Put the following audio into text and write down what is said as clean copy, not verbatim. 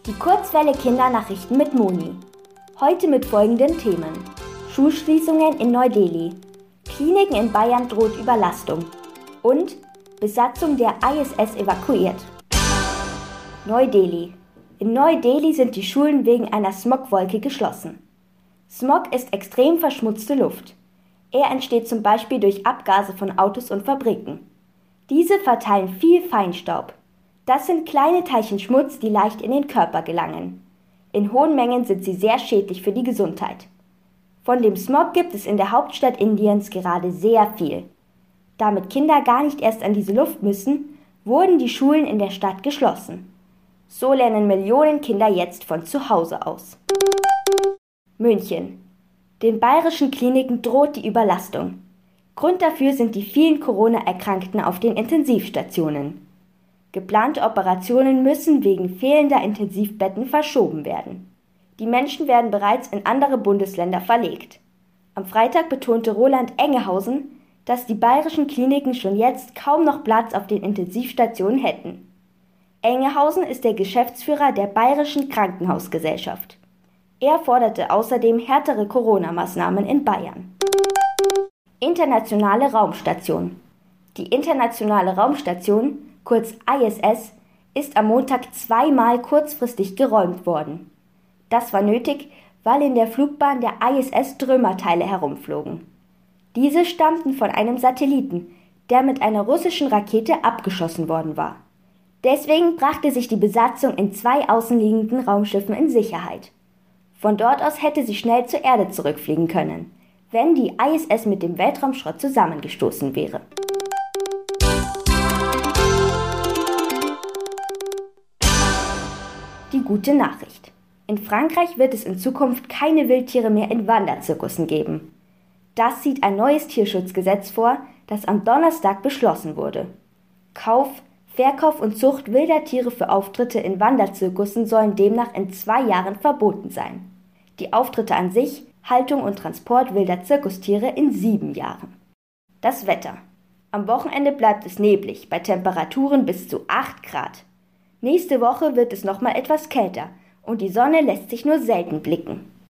Die Kurzwelle Kindernachrichten mit Moni. Heute mit folgenden Themen: Schulschließungen in Neu-Delhi, Kliniken in Bayern droht Überlastung und Besatzung der ISS evakuiert. Neu-Delhi. In Neu-Delhi sind die Schulen wegen einer Smogwolke geschlossen. Smog ist extrem verschmutzte Luft. Er entsteht zum Beispiel durch Abgase von Autos und Fabriken. Diese verteilen viel Feinstaub. Das sind kleine Teilchen Schmutz, die leicht in den Körper gelangen. In hohen Mengen sind sie sehr schädlich für die Gesundheit. Von dem Smog gibt es in der Hauptstadt Indiens gerade sehr viel. Damit Kinder gar nicht erst an diese Luft müssen, wurden die Schulen in der Stadt geschlossen. So lernen Millionen Kinder jetzt von zu Hause aus. München. Den bayerischen Kliniken droht die Überlastung. Grund dafür sind die vielen Corona-Erkrankten auf den Intensivstationen. Geplante Operationen müssen wegen fehlender Intensivbetten verschoben werden. Die Menschen werden bereits in andere Bundesländer verlegt. Am Freitag betonte Roland Engehausen, dass die bayerischen Kliniken schon jetzt kaum noch Platz auf den Intensivstationen hätten. Engehausen ist der Geschäftsführer der Bayerischen Krankenhausgesellschaft. Er forderte außerdem härtere Corona-Maßnahmen in Bayern. Internationale Raumstation. Die Internationale Raumstation, kurz ISS, ist am Montag zweimal kurzfristig geräumt worden. Das war nötig, weil in der Flugbahn der ISS Trümmerteile herumflogen. Diese stammten von einem Satelliten, der mit einer russischen Rakete abgeschossen worden war. Deswegen brachte sich die Besatzung in 2 außenliegenden Raumschiffen in Sicherheit. Von dort aus hätte sie schnell zur Erde zurückfliegen können, wenn die ISS mit dem Weltraumschrott zusammengestoßen wäre. Die gute Nachricht. In Frankreich wird es in Zukunft keine Wildtiere mehr in Wanderzirkussen geben. Das sieht ein neues Tierschutzgesetz vor, das am Donnerstag beschlossen wurde. Kauf, Verkauf und Zucht wilder Tiere für Auftritte in Wanderzirkussen sollen demnach in 2 Jahren verboten sein. Die Auftritte an sich, Haltung und Transport wilder Zirkustiere in 7 Jahren. Das Wetter. Am Wochenende bleibt es neblig, bei Temperaturen bis zu 8 Grad. Nächste Woche wird es nochmal etwas kälter und die Sonne lässt sich nur selten blicken.